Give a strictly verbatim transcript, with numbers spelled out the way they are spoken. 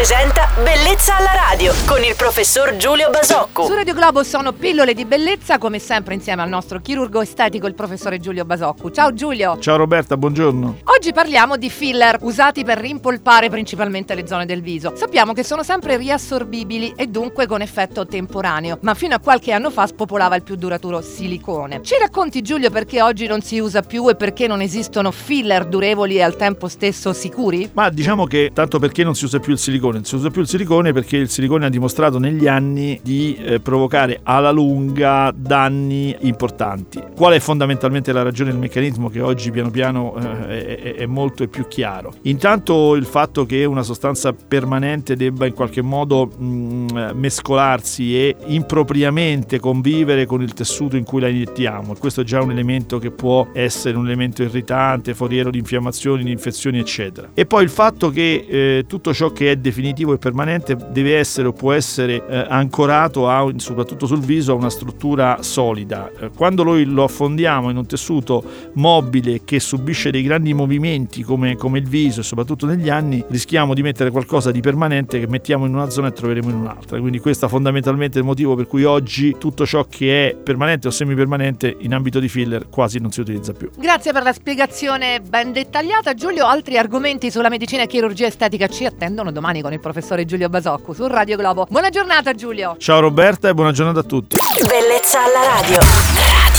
presenta Bellezza alla radio con il professor Giulio Basocco. Su Radio Globo sono pillole di bellezza, come sempre insieme al nostro chirurgo estetico, il professore Giulio Basocco. Ciao Giulio. Ciao Roberta, buongiorno. Oggi parliamo di filler usati per rimpolpare principalmente le zone del viso. Sappiamo che sono sempre riassorbibili e dunque con effetto temporaneo, ma fino a qualche anno fa spopolava il più duraturo silicone. Ci racconti, Giulio, perché oggi non si usa più e perché non esistono filler durevoli e al tempo stesso sicuri? Ma diciamo che tanto perché non si usa più il silicone, non si usa più il silicone perché il silicone ha dimostrato negli anni di eh, provocare alla lunga danni importanti. Qual è fondamentalmente la ragione del meccanismo che oggi piano piano eh, è, è molto e più chiaro? Intanto il fatto che una sostanza permanente debba in qualche modo mh, mescolarsi e impropriamente convivere con il tessuto in cui la iniettiamo. Questo è già un elemento che può essere un elemento irritante, foriero di infiammazioni, di infezioni, eccetera. E poi il fatto che eh, tutto ciò che è definitivo e permanente deve essere o può essere eh, ancorato a, soprattutto sul viso, a una struttura solida. Eh, quando noi lo affondiamo in un tessuto mobile che subisce dei grandi movimenti come, come il viso e soprattutto negli anni, rischiamo di mettere qualcosa di permanente che mettiamo in una zona e troveremo in un'altra. Quindi questo è fondamentalmente il motivo per cui oggi tutto ciò che è permanente o semipermanente in ambito di filler quasi non si utilizza più. Grazie per la spiegazione ben dettagliata, Giulio. Altri argomenti sulla medicina e chirurgia estetica ci attendono domani con il professore Giulio Basocco su Radio Globo. Buona giornata, Giulio. Ciao Roberta e buona giornata a tutti. Bellezza alla radio.